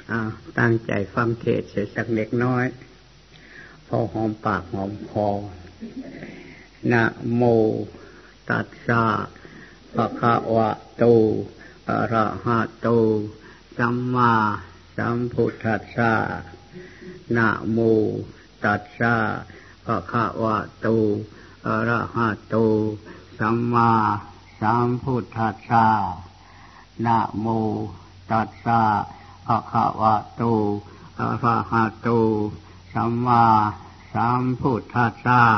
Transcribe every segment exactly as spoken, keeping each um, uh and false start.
อ้าวตั้งใจฟังเทศน์เสียสักเล็กน้อยพอหอมปากหอมคอนะโมตัสสะภะคะวะโตอะระหะโตสัมมาสัมพุทธัสสะนะโมตัสสะภะคะวะโตอะระหะโตสัมมาสัมพุทธัสสะนะโมตัสสะภะคะวะโตอะระหะโตสัมมาสัมพุทธัสสะ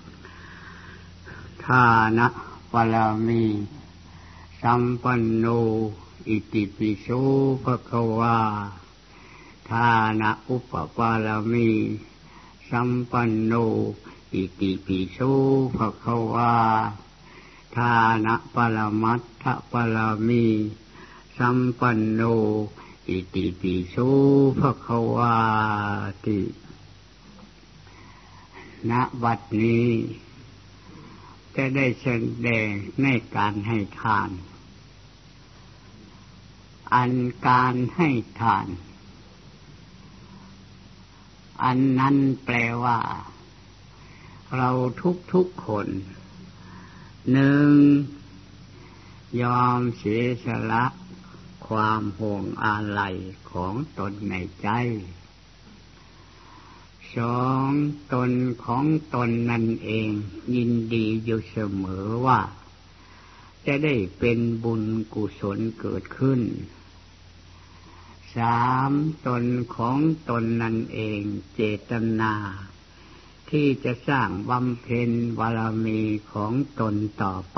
ทานะปรมีสัมปันโนอิติปิโสภะคะวาทานะอุปปารมีสัมปันโนอิติปิโสภะคะวาทานะปรมัตถปรมีสัมปันโนอิติปิโสภะคะวาติณบัดนี้จะได้แสดงในการให้ทานอันการให้ทานอันนั้นแปลว่าเราทุกๆคนหนึ่งยอมเสียสละความห่วงอาลัยของตนในใจสองตนของตนนั่นเองยินดีอยู่เสมอว่าจะได้เป็นบุญกุศลเกิดขึ้นสามตนของตนนั่นเองเจตนาที่จะสร้างบำเพ็ญบารมีของตนต่อไป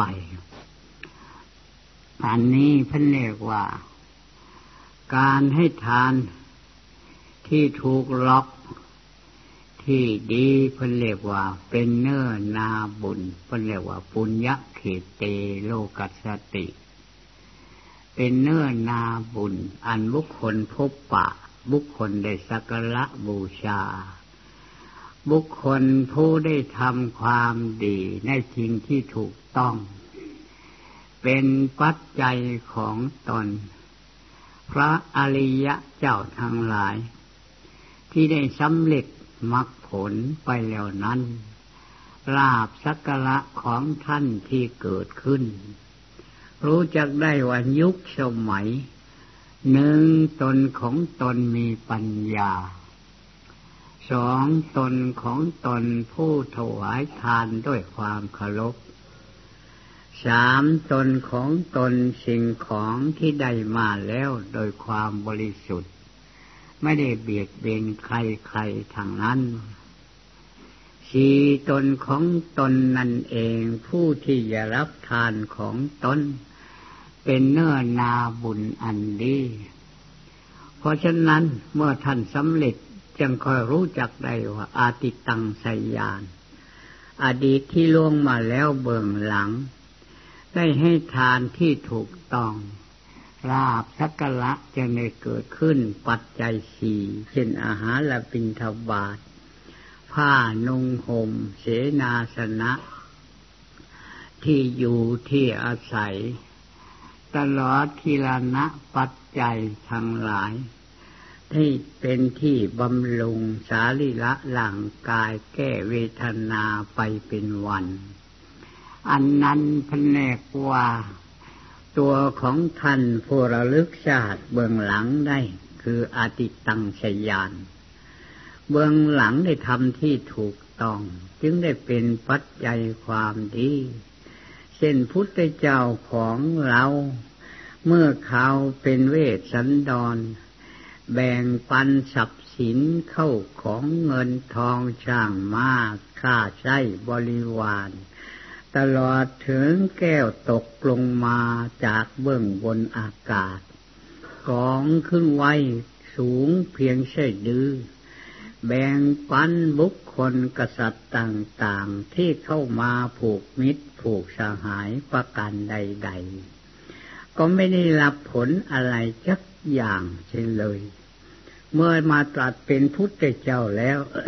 อันนี้เพิ่นเรียกว่าการให้ทานที่ถูกล็อกที่ดีเพิ่นเรียกว่าเป็นเนื้อนาบุญเพิ่นเรียกว่าปุญญเขเตโลกัสสติเป็นเนื้อนาบุญอันบุคคลพบปะบุคคลได้สักการะบูชาบุคคลผู้ได้ทำความดีในสิ่งที่ถูกต้องเป็นปัจจัยของตนพระอริยเจ้าทั้งหลายที่ได้สำเร็จมรรคผลไปแล้วนั้นลาภสักการะของท่านที่เกิดขึ้นรู้จักได้ว่ายุคสมัยหนึ่งตนของตนมีปัญญาสองตนของตนผู้ถวายทานด้วยความเคารพสามตนของตนสิ่งของที่ได้มาแล้วโดยความบริสุทธิ์ไม่ได้เบียดเบียนใครๆทางนั้นสี่ตนของตนนั่นเองผู้ที่จะรับทานของตนเป็นเนื้อนาบุญอันดีเพราะฉะนั้นเมื่อท่านสำเร็จจึงค่อยรู้จักได้ว่าอาติตังไสยานอดีตที่ล่วงมาแล้วเบื้องหลังได้ให้ทานที่ถูกต้องลาภสักการะจะได้เกิดขึ้นปัจจัยสี่เช่นอาหารและบิณฑบาตผ้านุ่งห่มเสนาสนะที่อยู่ที่อาศัยตลอดทีละนะปัจจัยทั้งหลายที่เป็นที่บำรุงสรีระร่างกายแก้เวทนาไปเป็นวันอันนั้นเพิ่นเรียกว่าตัวของท่านผู้ระลึกชาติเบื้องหลังได้คืออาติตังไสยานเบื้องหลังได้ทำที่ถูกต้องจึงได้เป็นปัจจัยความดีเช่นพุทธเจ้าของเราเมื่อเขาเป็นเวสสันดรแบ่งปันทรัพย์สินเข้าของเงินทองช่างม้าค่าใช้บริวารตลอดถึงแก้วตกลงมาจากเบื้องบนอากาศกองขึ้นไว้สูงเพียงใช่ดื้อแบ่งปันบุคคลกษัตริย์ต่างๆที่เข้ามาผูกมิตรผูกสหายประการใดๆก็ไม่ได้รับผลอะไรสักอย่างเช่นเลยเมื่อมาตรัสเป็นพุทธเจ้าแล้ว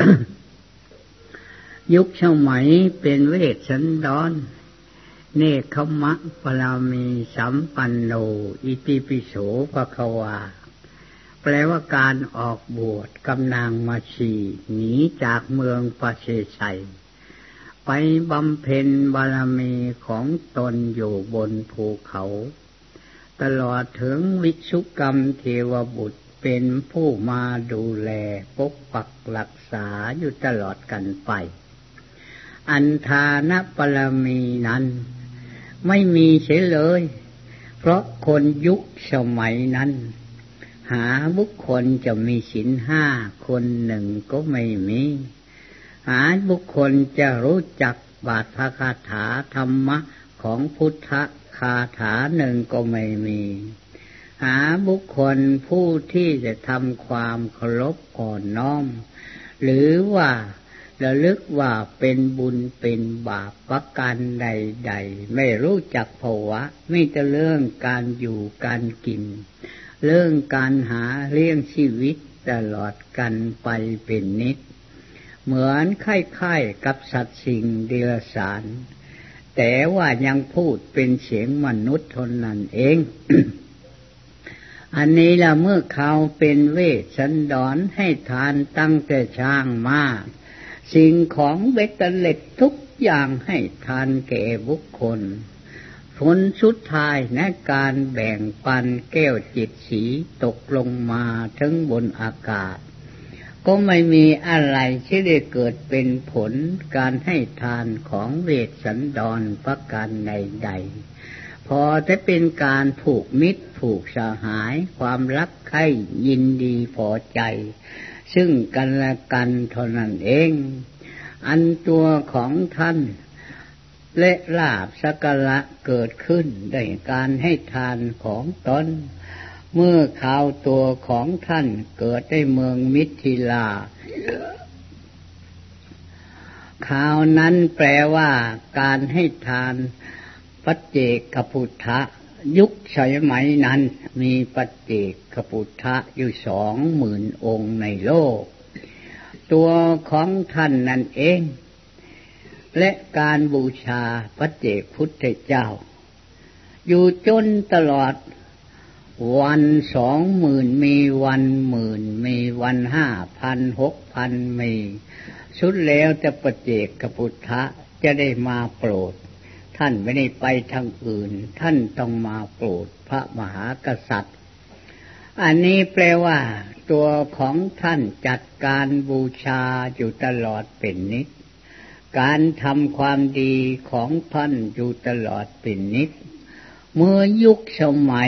ยุคสมัยเป็นเวสสันดรเนกขมะปรามีสัมปันโนอิติปิโสภะคะวา พแปลว่าการออกบวชกำนางมาชีหนีจากเมืองประเชชัยไปบำเพ็ญบารมีของตนอยู่บนภูเขาตลอดถึงวิชุกรรมเทวบุตรเป็นผู้มาดูแลปกปักรักษาอยู่ตลอดกันไปอันทานบารมีนั้นไม่มีเสียเลยเพราะคนยุคสมัยนั้นหาบุคคลจะมีศีลห้าคนหนึ่งก็ไม่มีหาบุคคลจะรู้จักบาทพระคาถาธรรมะของพุทธคาถาหนึ่งก็ไม่มีหาบุคคลผู้ที่จะทำความเคารพอ่อนน้อมหรือว่าระลึกว่าเป็นบุญเป็นบาปประการใดๆไม่รู้จักภาวะมีแต่เรื่องการอยู่การกินเรื่องการหาเลี้ยงชีวิตตลอดกันไปเป็นนิดเหมือนคล้ายๆกับสัตว์สิ่งเดรัจฉานแต่ว่ายังพูดเป็นเสียงมนุษย์เท่านั้นเอง อันนี้ละเมื่อเขาเป็นเวสสันดรให้ทานตั้งแต่ช้างม้าสิ่งของเบ็ดเตล็ดทุกอย่างให้ทานแก่บุคคลผลสุดท้ายในการแบ่งปันแก้วจิตสีตกลงมาถึงบนอากาศก็ไม่มีอะไรที่ได้เกิดเป็นผลการให้ทานของเวสสันดรประการใดๆพอจะเป็นการผูกมิตรผูกสหายความรักใคร่ยินดีพอใจซึ่งกันและกันเท่านั้นเองอันตัวของท่านและลาภสักการะเกิดขึ้นได้การให้ทานของตนเมื่อข่าวตัวของท่านเกิดในเมืองมิถิลาข่าวนั้นแปลว่าการให้ทานปัจเจกพุทธะยุคสมัยนั้นมีปัจเจกพุทธะอยู่สองหมื่นองค์ในโลกตัวของท่านนั่นเองและการบูชาปัจเจกพุทธเจ้าอยู่จนตลอดวันสองหมื่นมีวันหมื่นมีวันห้าพันหกพันมีสุดแล้วแต่ปัจเจกพุทธะจะได้มาโปรดท่านไม่ได้ไปทางอื่นท่านต้องมาโปรดพระมหากษัตริย์อันนี้แปลว่าตัวของท่านจัดการบูชาอยู่ตลอดเป็นนิจการทำความดีของท่านอยู่ตลอดเป็นนิจเมื่อยุคสมัย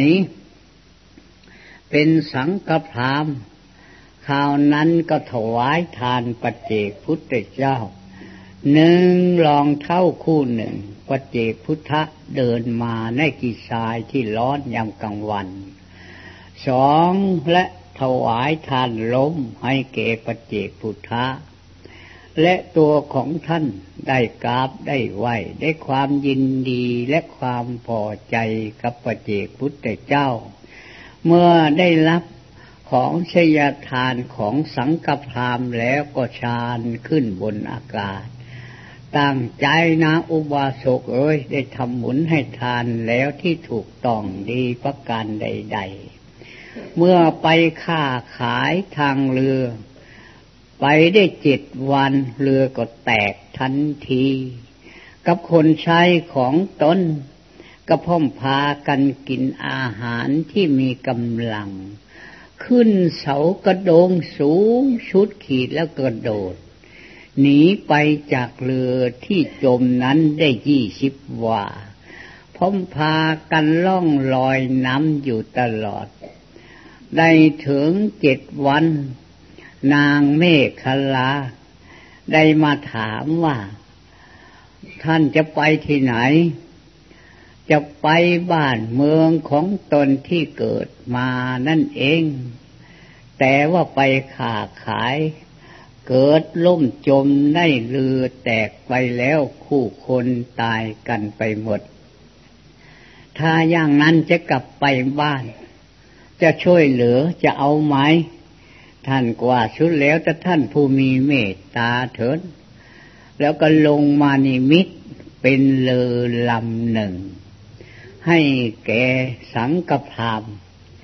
เป็นสังฆพราหมณ์คราวนั้นก็ถวายทานปัจเจกพุทธเจ้าหนึ่งรองเท้าคู่หนึ่งปัจเจกพุทธะเดินมาในกีทรายที่ร้อนยามกลางวันสองและถวายทานล้มให้แก่ปัจเจกพุทธะและตัวของท่านได้กราบได้ไหว้ได้ความยินดีและความพอใจกับปัจเจกพุทธเจ้าเมื่อได้รับของชยทานของสังฆพราหมณ์แล้วก็ฌานขึ้นบนอากาศตั้งใจนะอุบาสกเอ้ยได้ทำบุญให้ทานแล้วที่ถูกต้องดีประการใดๆเมื่อไปค้าขายทางเรือไปได้เจ็ดวันเรือก็แตกทันทีกับคนใช้ของตนก็พร้อมพากันกินอาหารที่มีกำลังขึ้นเสากระโดงสูงชุดขีดแล้วกระโดดหนีไปจากเรือที่จมนั้นได้ยี่สิบวาพร้อมพากันล่องลอยน้ำอยู่ตลอดได้ถึงเจ็ดวันนางเมขลาได้มาถามว่าท่านจะไปที่ไหนจะไปบ้านเมืองของตนที่เกิดมานั่นเองแต่ว่าไปค้าขายเกิดล่มจมได้เรือแตกไปแล้วคู่คนตายกันไปหมดถ้าอย่างนั้นจะกลับไปบ้านจะช่วยเหลือจะเอาไหมท่านกว่าสุดแล้วแต่ท่านผู้มีเมตตาเถิดแล้วก็ลงมานิมิตเป็นเรือลำหนึ่งให้แก่สังฆพราหมณ์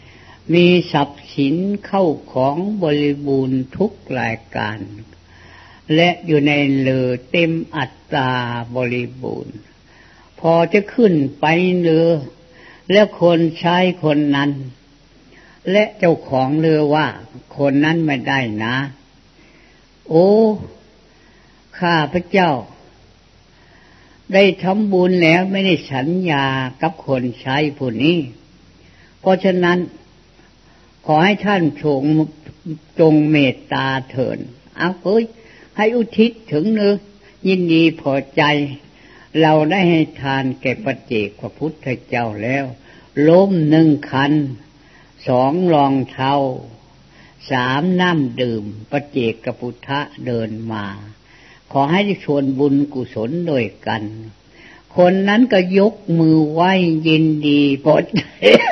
มีทรัพย์สินเข้าของบริบูรณ์ทุกรายการและอยู่ในเรือเต็มอัตราบริบูรณ์พอจะขึ้นไปเรือและคนใช้คนนั้นและเจ้าของเรือว่าคนนั้นไม่ได้นะโอ้ข้าพเจ้าได้ทำบุญแล้วไม่ได้สัญญากับคนใช้ผู้นี้เพราะฉะนั้นขอให้ท่านจงจงเมตตาเถิดเอาเอ้ยให้อุทิศถึงเนื้อยินดีพอใจเราได้ให้ทานแก่ปัจเจกพระพุทธเจ้าแล้วล้มหนึ่งคันสองรองเท้าสามน้ำดื่มปัจเจกพุทธะเดินมาขอให้ชวนบุญกุศลด้วยกันคนนั้นก็ยกมือไหว้ยินดีพอใจ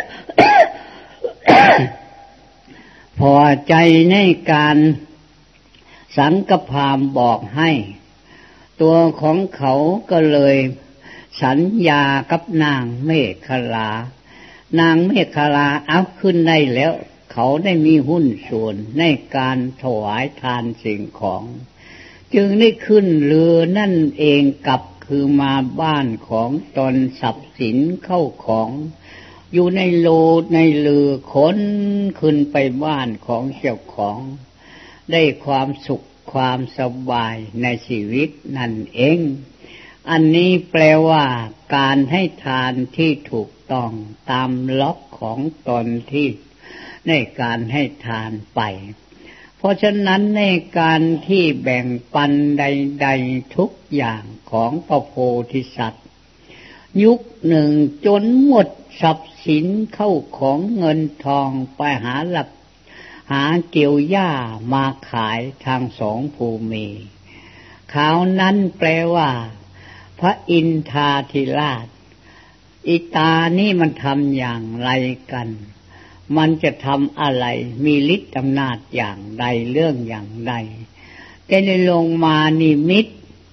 พอใจในการสังฆพามบอกให้ตัวของเขาก็เลยสัญญากับนางเมขลานางเมขลาเอาขึ้นได้แล้วเขาได้มีหุ้นส่วนในการถวายทานสิ่งของจึงได้ขึ้นเรือนั่นเองกลับคือมาบ้านของตนทรัพย์สินเข้าของอยู่ในโลดในเรือขนขึ้นไปบ้านของเจ้าของได้ความสุขความสบายในชีวิตนั่นเองอันนี้แปลว่าการให้ทานที่ถูกต้องตามล็อกของตนที่ในการให้ทานไปเพราะฉะนั้นในการที่แบ่งปันใดๆทุกอย่างของพระโพธิสัตว์ยุคหนึ่งจนหมดทรัพย์สินเข้าของเงินทองไปหาหลับหาเกี่ยวหญ้ามาขายทางสองภูมิข่าวนั้นแปลว่าพระอินทราธิราชอิตานี่มันทำอย่างไรกันมันจะทำอะไรมีฤทธิ์อำนาจอย่างใดเรื่องอย่างใดแต่ในลงมานิมิต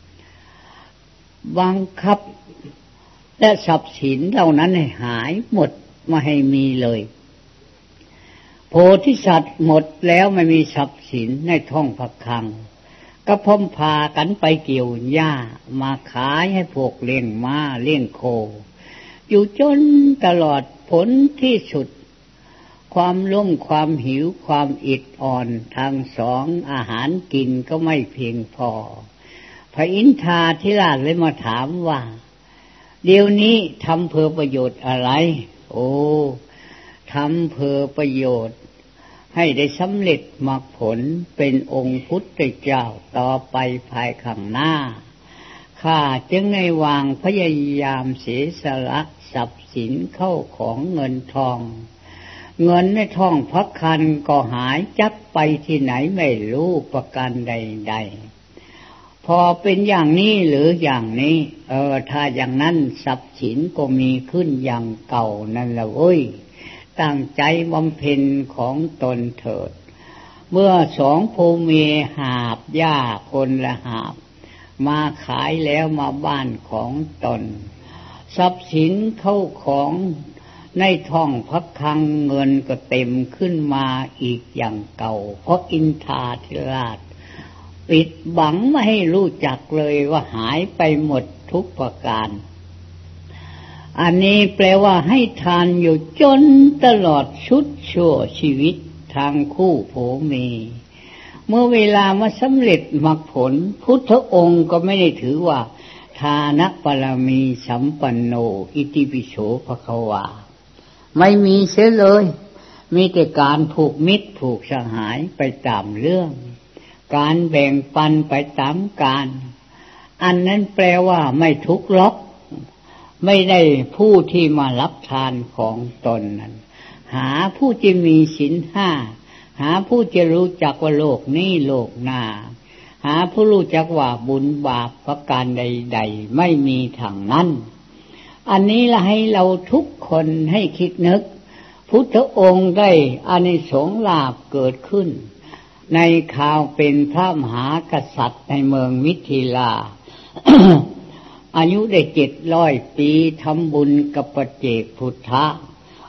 บังคับและทรัพย์สินเหล่านั้นให้หายหมดไม่ให้มีเลยโพธิสัตว์หมดแล้วไม่มีทรัพย์สินในท้องพระคลังก็พร้อมพากันไปเกี่ยวหญ้ามาขายให้พวกเลี้ยงม้าเลี้ยงโคอยู่จนตลอดผลที่สุดความล้มความหิวความอิดอ่อนทางสองอาหารกินก็ไม่เพียงพอพระอินทราธิราชเลยมาถามว่าเดี๋ยวนี้ทำเพื่อประโยชน์อะไรโอ้ทำเพื่อประโยชน์ให้ได้สำเร็จมรรคผลเป็นองค์พุทธเจ้าต่อไปภายข้างหน้าข้าจึงได้วางพยายามเสียสละทรัพย์สินเข้าของเงินทองเงินในท้องพระคลังก็หายจับไปที่ไหนไม่รู้ประการใดๆพอเป็นอย่างนี้หรืออย่างนี้เออถ้าอย่างนั้นทรัพย์สินก็มีขึ้นอย่างเก่านั่นแหละเว้ยตั้งใจบำเพ็ญของตนเถิดเมื่อสองภูมิหาบหญ้าคนละหาบมาขายแล้วมาบ้านของตนทรัพย์สินเข้าของในท้องพระคลังเงินก็เต็มขึ้นมาอีกอย่างเก่าเพราะอินทราธิราชปิดบังไม่ให้รู้จักเลยว่าหายไปหมดทุกประการอันนี้แปลว่าให้ทานอยู่จนตลอดชุดชั่วชีวิตทางคู่โผมีเมื่อเวลามาสำเร็จมรรคผลพุทธองค์ก็ไม่ได้ถือว่าทานปรมีสัมปันโนอิติปิโสภควาไม่มีเสียเลยมีแต่การผูกมิตรผูกสหายไปตามเรื่องการแบ่งปันไปตามการอันนั้นแปลว่าไม่ทุกข์หรอกไม่ได้ผู้ที่มารับทานของตนนั้นหาผู้จะมีศีลห้าหาผู้จะรู้จักว่าโลกนี้โลกหน้าหาผู้รู้จักว่าบุญบาปประการใดๆไม่มีทางนั้นอันนี้ละให้เราทุกคนให้คิดนึกพุทธองค์ได้อานิสงส์ลาภเกิดขึ้นในข่าวเป็นพระมหากษัตริย์ในเมืองมิถิลา อายุได้เจ็ดร้อยปีทำบุญกับปัจเจกพุทธะ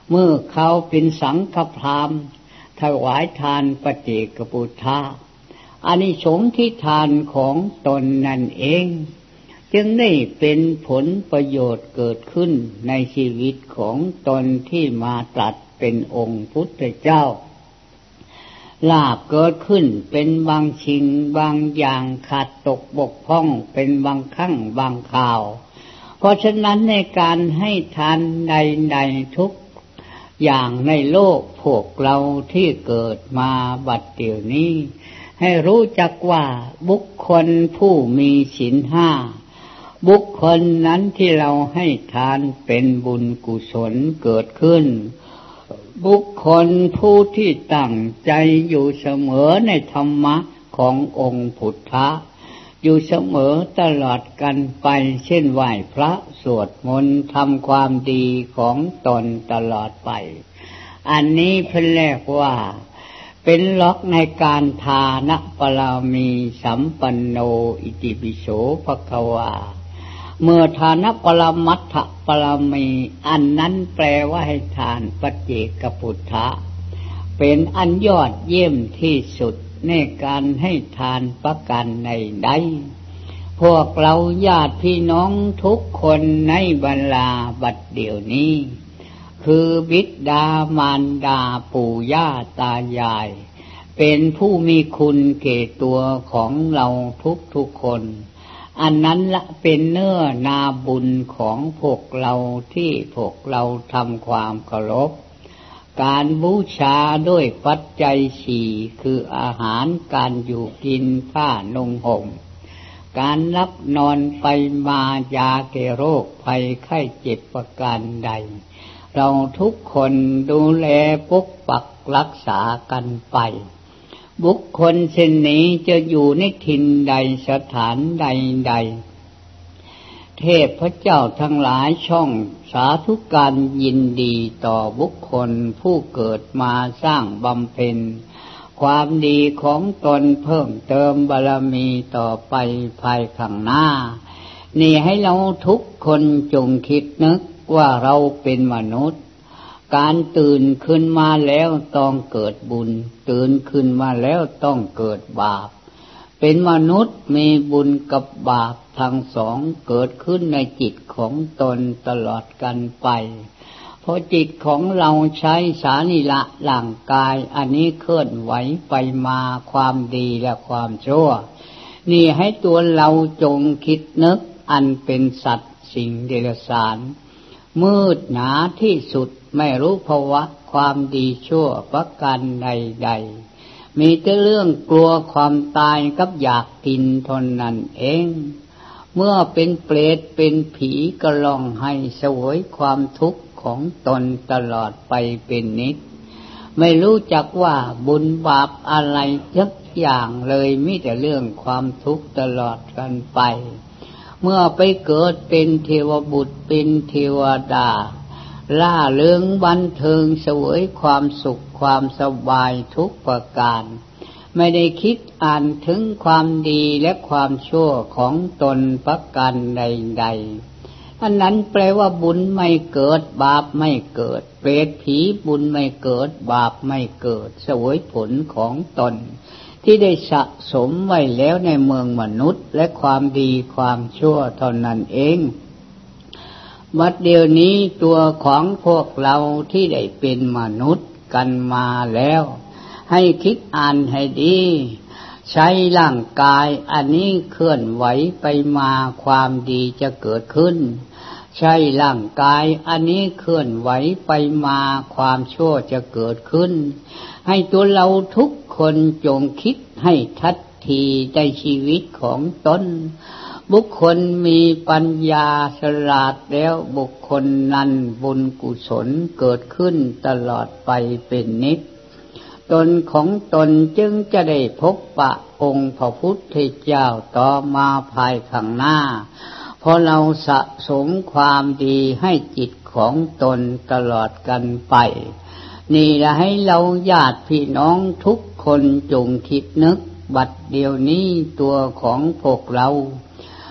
เมื่อเขาเป็นสังฆพราหมณ์ถวายทานปฏิเจกพุทธะอานิสงส์ที่ทานของตนนั่นเองจึงได้เป็นผลประโยชน์เกิดขึ้นในชีวิตของตนที่มาตรัสเป็นองค์พุทธเจ้าลาภเกิดขึ้นเป็นบางสิ่งบางอย่างขาดตกบกพร่องเป็นบางครั้งบางคราวเพราะฉะนั้นในการให้ทานใดๆทุกอย่างในโลกพวกเราที่เกิดมาบัดเดี๋ยวนี้ให้รู้จักว่าบุคคลผู้มีศีลห้าบุคคลนั้นที่เราให้ทานเป็นบุญกุศลเกิดขึ้นบุคคลผู้ที่ตั้งใจอยู่เสมอในธรรมะขององค์พุทธะอยู่เสมอตลอดกันไปเช่นไหว้พระสวดมนต์ทำความดีของตนตลอดไปอันนี้เพิ่นเรียกว่าเป็นล็อกในการทานปรมีสัมปันโนอิติปิโสภควาเมื่อทานปรมัตถปรมีอันนั้นแปลว่าให้ทานปฏิเจกพุทธะเป็นอันยอดเยี่ยมที่สุดในการให้ทานประการใดๆพวกเราญาติพี่น้องทุกคนในเวลาบัดเดี๋ยวนี้คือบิดามารดาปู่ย่าตายายเป็นผู้มีคุณแก่ตัวของเราทุกๆคนอันนั้นละเป็นเนื้อนาบุญของพวกเราที่พวกเราทำความเคารพการบูชาด้วยปัจจัยสี่คืออาหารการอยู่กินผ้านุ่งห่มการรับนอนไปมายาแก้โรคภัยไข้เจ็บประการใดเราทุกคนดูแลปกปักรักษากันไปบุคคลเช่นนี้จะอยู่ในถิ่นใดสถานใดๆเทพเจ้าทั้งหลายช่องสาธุการยินดีต่อบุคคลผู้เกิดมาสร้างบำเพ็ญความดีของตนเพิ่มเติมบารมีต่อไปภายข้างหน้านี่ให้เราทุกคนจงคิดนึกว่าเราเป็นมนุษย์การตื่นขึ้นมาแล้วต้องเกิดบุญตื่นขึ้นมาแล้วต้องเกิดบาปเป็นมนุษย์มีบุญกับบาปทั้งสองเกิดขึ้นในจิตของตนตลอดกันไปเพราะจิตของเราใช้สารีระร่างกายอันนี้เคลื่อนไหวไปมาความดีและความชั่วนี่ให้ตัวเราจงคิดนึกอันเป็นสัตว์สิ่งเดรัจฉานมืดหนาที่สุดไม่รู้ภาวะความดีชั่วประการใดๆมีแต่เรื่องกลัวความตายกับอยากกินเท่านั้นเองเมื่อเป็นเปรตเป็นผีก็ร้องไห้เสวยความทุกข์ของตนตลอดไปเป็นนิจไม่รู้จักว่าบุญบาปอะไรสักอย่างเลยมีแต่เรื่องความทุกข์ตลอดกันไปเมื่อไปเกิดเป็นเทวบุตรเป็นเทวดาล่าเริงบันเทิงเสวยความสุขความสบายทุกประการไม่ได้คิดอ่านถึงความดีและความชั่วของตนประการใดๆอันนั้นแปลว่าบุญไม่เกิดบาปไม่เกิดเปรตผีบุญไม่เกิดบาปไม่เกิดเสวยผลของตนที่ได้สะสมไว้แล้วในเมืองมนุษย์และความดีความชั่วเท่านั้นเองบัดเดี๋ยวนี้ตัวของพวกเราที่ได้เป็นมนุษย์กันมาแล้วให้คิดอ่านให้ดีใช้ร่างกายอันนี้เคลื่อนไหวไปมาความดีจะเกิดขึ้นใช้ร่างกายอันนี้เคลื่อนไหวไปมาความชั่วจะเกิดขึ้นให้ตัวเราทุกคนจงคิดให้ทันทีในชีวิตของตนบุคคลมีปัญญาฉลาดแล้วบุคคลนั้นบุญกุศลเกิดขึ้นตลอดไปเป็นนิจตนของตนจึงจะได้พบปะองค์พระพุทธเจ้าต่อมาภายข้างหน้าเพราะเราสะสมความดีให้จิตของตนตลอดกันไปนี่ละให้เราญาติพี่น้องทุกคนจงคิดนึกบัดเดี๋ยวนี้ตัวของพวกเรา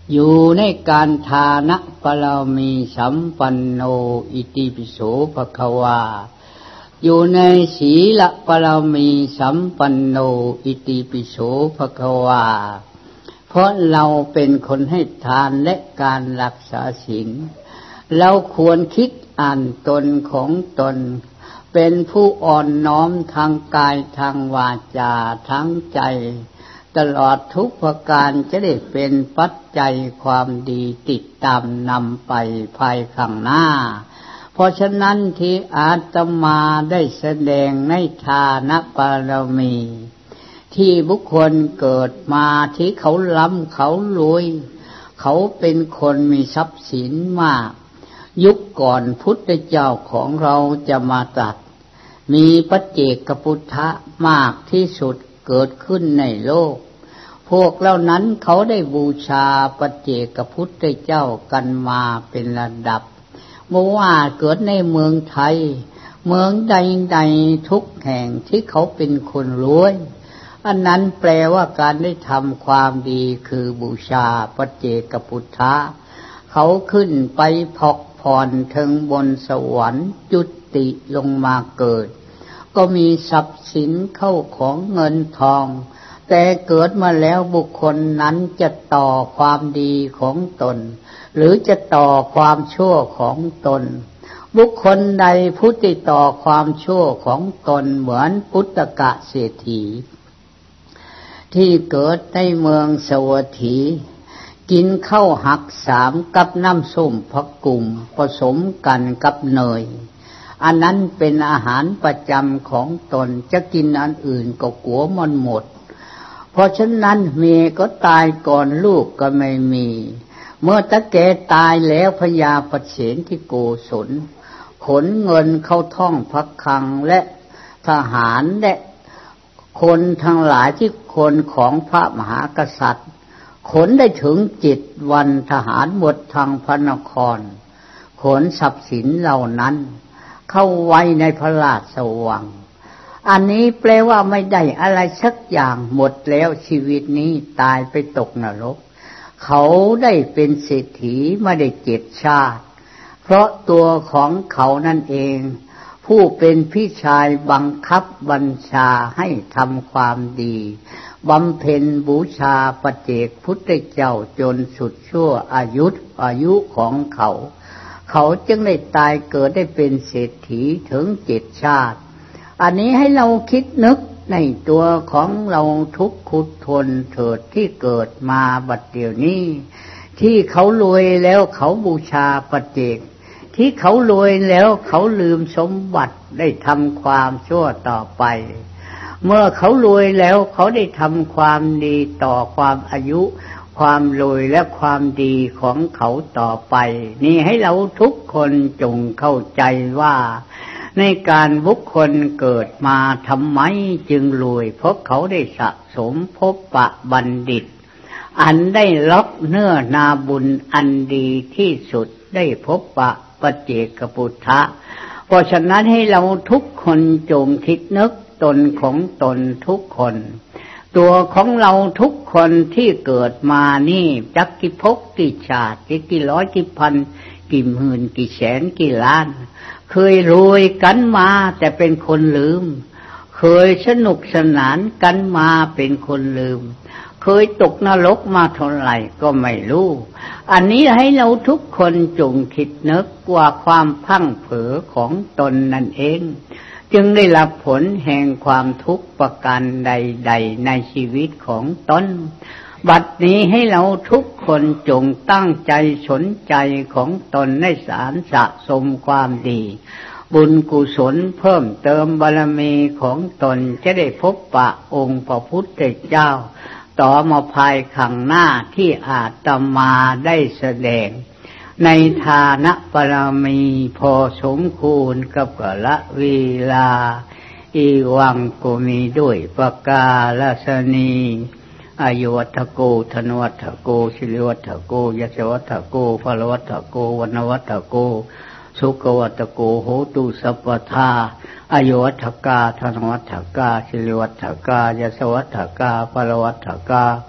อยู่ในการทานะบารมีสัมปันโนอิติปิโสภควาอยู่ในศีลบารมีสัมปันโนอิติปิโสภควาเพราะเราเป็นคนให้ทานและการรักษาศีลเราควรคิดอ่านตนของตนเป็นผู้อ่อนน้อมทางกายทางวาจาทั้งใจตลอดทุกประการจะได้เป็นปัจจัยความดีติดตามนำไปภายข้างหน้าเพราะฉะนั้นที่อาตมาได้แสดงในทานบารมีที่บุคคลเกิดมาที่เขาล้ำเขารวยเขาเป็นคนมีทรัพย์สินมากยุคก่อนพุทธเจ้าของเราจะมาตรัสมีปัจเจกพุทธะมากที่สุดเกิดขึ้นในโลกพวกเหล่านั้นเขาได้บูชาปัจเจกพุทธเจ้ากันมาเป็นระดับเมื่อว่าเกิดในเมืองไทยเมืองใดๆทุกแห่งที่เขาเป็นคนรวยอันนั้นแปลว่าการได้ทำความดีคือบูชาปัจเจกพุทธะเขาขึ้นไปพอกผ่อนถึงบนสวรรค์จุติลงมาเกิดก็มีทรัพย์สินเข้าของเงินทองแต่เกิดมาแล้วบุคคลนั้นจะต่อความดีของตนหรือจะต่อความชั่วของตนบุคคลใดผู้ติดต่อความชั่วของตนเหมือนปุตตกะเศรษฐีที่เกิดในเมืองสวัสถีกินข้าวหักสามกับน้ำส้มผักกุ่มผสมกันกับเนยอันนั้นเป็นอาหารประจำของตนจะกินอันอื่นก็กลัวมันหมดเพราะฉะนั้นเมียก็ตายก่อนลูกก็ไม่มีเมื่อตะแกตายแล้วพญาปเสนที่โกศลขนเงินเข้าท่องพระคลังและทหารและคนทั้งหลายที่คนของพระมหากษัตริย์ขนได้ถึงเจ็ดวันทหารหมดทางพระนครขนทรัพย์สินเหล่านั้นเข้าไว้ในพระราชวังอันนี้แปลว่าไม่ได้อะไรสักอย่างหมดแล้วชีวิตนี้ตายไปตกนรกเขาได้เป็นเศรษฐีไม่ได้เจ็ดชาติเพราะตัวของเขานั่นเองผู้เป็นพี่ชายบังคับบัญชาให้ทำความดีบำเพ็ญบูชาปัจเจกพุทธเจ้าจนสุดชั่วอายุอายุของเขาเขาจึงได้ตายเกิดได้เป็นเศรษฐีถึงเจ็ดชาติอันนี้ให้เราคิดนึกในตัวของเราทุกขุดทนเถิดที่เกิดมาบัดเดี๋ยวนี้ที่เขารวยแล้วเขาบูชาปัจเจกที่เขารวยแล้วเขาลืมสมบัติได้ทำความชั่วต่อไปเมื่อเขารวยแล้วเขาได้ทำความดีต่อความอายุความรวยและความดีของเขาต่อไปนี่ให้เราทุกคนจงเข้าใจว่าในการบุคคลเกิดมาทำไมจึงรวยเพราะเขาได้สะสมภพปะบัณฑิตอันได้รับเนื้อนาบุญอันดีที่สุดได้พบปะปัจเจกพุทธะเพราะฉะนั้นให้เราทุกคนจงคิดนึกตนของตนทุกคนตัวของเราทุกคนที่เกิดมานี่จักกี่ภพกี่ชาติกี่ร้อยกี่พันกี่หมื่นกี่แสนกี่ล้านเคยรวยกันมาแต่เป็นคนลืมเคยสนุกสนานกันมาเป็นคนลืมเคยตกนรกมาเท่าไหร่ก็ไม่รู้อันนี้ให้เราทุกคนจงคิดนึกว่าความพังเผลอของตนนั่นเองจึงได้รับผลแห่งความทุกข์ประการใดๆในชีวิตของตนบัดนี้ให้เราทุกคนจงตั้งใจสนใจของตนในสารสะสมความดีบุญกุศลเพิ่มเติมบารมีของตนจะได้พบปะองค์พระพุทธเจ้าต่อมาภายข้างหน้าที่อาตมาได้แสดงในฐานะบารมีพอสมควรกับกาลเวลาอีวังก็มีด้วยประกาศนีอายุวัฏโกธนวัฏโกศิริวัฏโกยศวัฏโกพลวัฏโกวรรณวัฏโกสุขวัฏโกโหตุสัพพทาอายุวัฏกาธนวัฏกาศิริวัฏกายศวัฏกาพลวัฏกา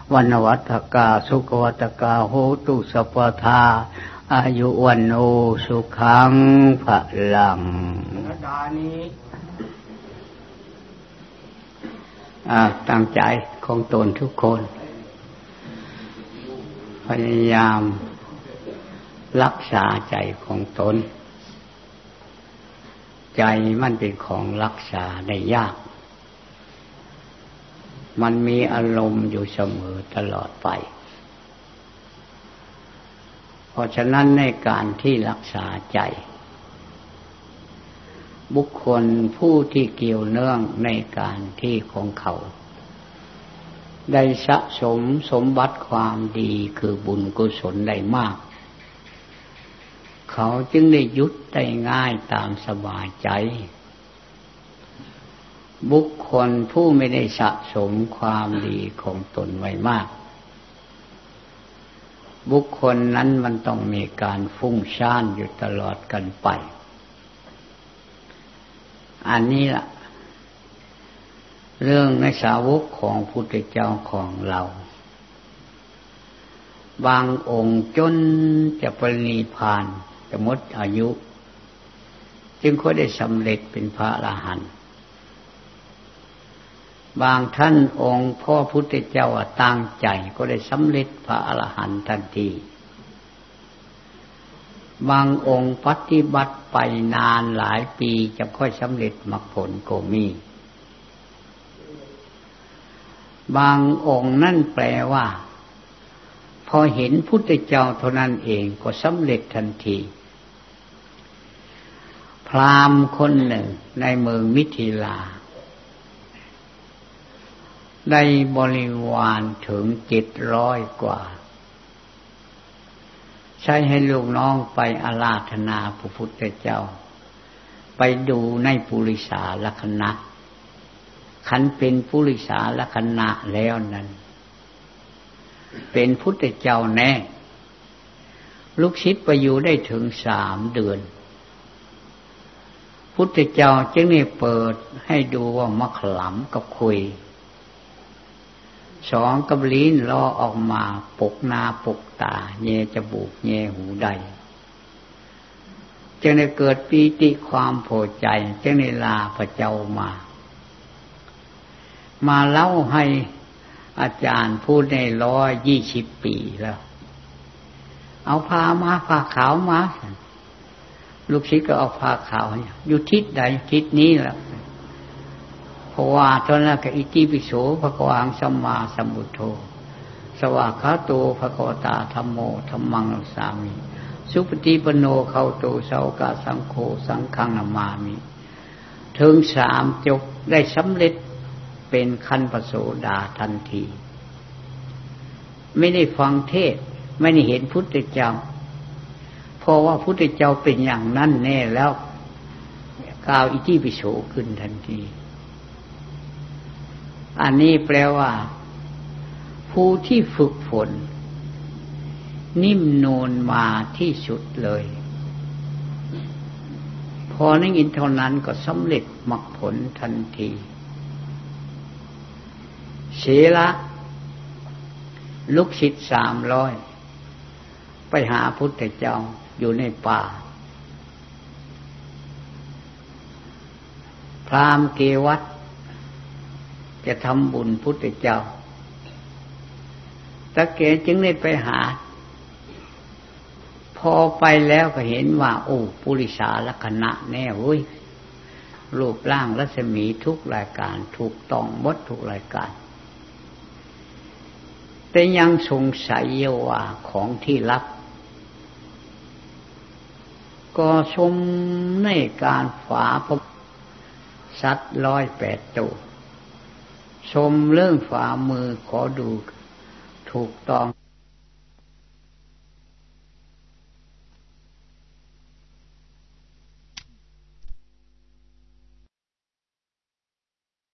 วันวัฏกาสุขวัฏกาโหตุสัพพทาอายุวันโอสุขังภะลังดานี้ตั้งใจของตนทุกคนพยายามรักษาใจของตนใจมันเป็นของรักษาได้ยากมันมีอารมณ์อยู่เสมอตลอดไปเพราะฉะนั้นในการที่รักษาใจบุคคลผู้ที่เกี่ยวเนื่องในการที่ของเขาได้สะสมสมบัติความดีคือบุญกุศลได้มากเขาจึงได้หยุดได้ง่ายตามสบายใจบุคคลผู้ไม่ได้สะสมความดีของตนไว้มากบุคคลนั้นมันต้องมีการฟุ้งซ่านอยู่ตลอดกันไปอันนี้ล่ะเรื่องในสาวกของพุทธเจ้าของเราบางองค์จนจะปรินิพพานจะหมดอายุจึงค่อยได้สำเร็จเป็นพระอรหันต์บางท่านองค์พ่อพุทธเจ้าตั้งใจก็ได้สำเร็จพระอรหันต์ทันทีบางองค์ปฏิบัติไปนานหลายปีจะค่อยสำเร็จมรรคผลก็มีบางองค์นั่นแปลว่าพอเห็นพุทธเจ้าเท่านั้นเองก็สำเร็จทันทีพราหมณ์คนหนึ่งในเมืองมิถิลาได้บริวารถึงเจ็ดร้อยกว่าใช้ให้ลูกน้องไปอาราธนาพระพุทธเจ้าไปดูในปุริสาลักขณะขันเป็นปุริสาลักขณะแล้วนั้นเป็นพุทธเจ้าแน่ลูกศิษย์ไปอยู่ได้ถึงสามเดือนพุทธเจ้าจึงได้เปิดให้ดูว่ามะขลัมกับคุยสองกับลิ้นล้อออกมาปกหน้าปกตาแย่จมูกแย่หูใดจึงได้เกิดปีติความพอใจจึงได้ลาพระเจ้ามามาเล่าให้อาจารย์พูดในร้อยยี่สิบปีแล้วเอาผ้ามาผ้าขาวมาลูกศิษย์ก็เอาผ้าขาวอยู่ทิศใดทิศนี้แหละเพราะว่าตอนนั้นก็อิติปิโสภะคะวะสัมมาสัมพุทโธสวากขาโตภะคะวตาธัมโมธัมมังนัสสามิสุปฏิปันโนเข้าโตสาวกสังโฆสังฆังนามามิถึงสามจบได้สำเร็จเป็นขั้นพระโสดาทันทีไม่ได้ฟังเทศไม่ได้เห็นพุทธเจ้าเพราะว่าพุทธเจ้าเป็นอย่างนั้นแน่แล้วกล่าวอิติปิโสขึ้นทันทีอันนี้แปลว่าผู้ที่ฝึกฝนนิ่มนูนมาที่สุดเลยพอได้ยินเท่านั้นก็สำเร็จมรรคผลทันทีเสละลูกศิษย์สามร้อยไปหาพุทธเจ้าอยู่ในป่าพราหมณ์เกวัฏจะทำบุญพุทธเจ้าตะเกจึงได้ไปหาพอไปแล้วก็เห็นว่าโอ้ปุริสาลักขณะแน่เว้ยรูปร่างรัศมีทุกรายการถูกต้องหมดทุกรายการแต่ยังสงสัยว่าของที่ลับก็ชมในการฝาพบสัตว์ร้อยแปดตัวชมเรื่องฝ่ามือขอดูถูกต้อง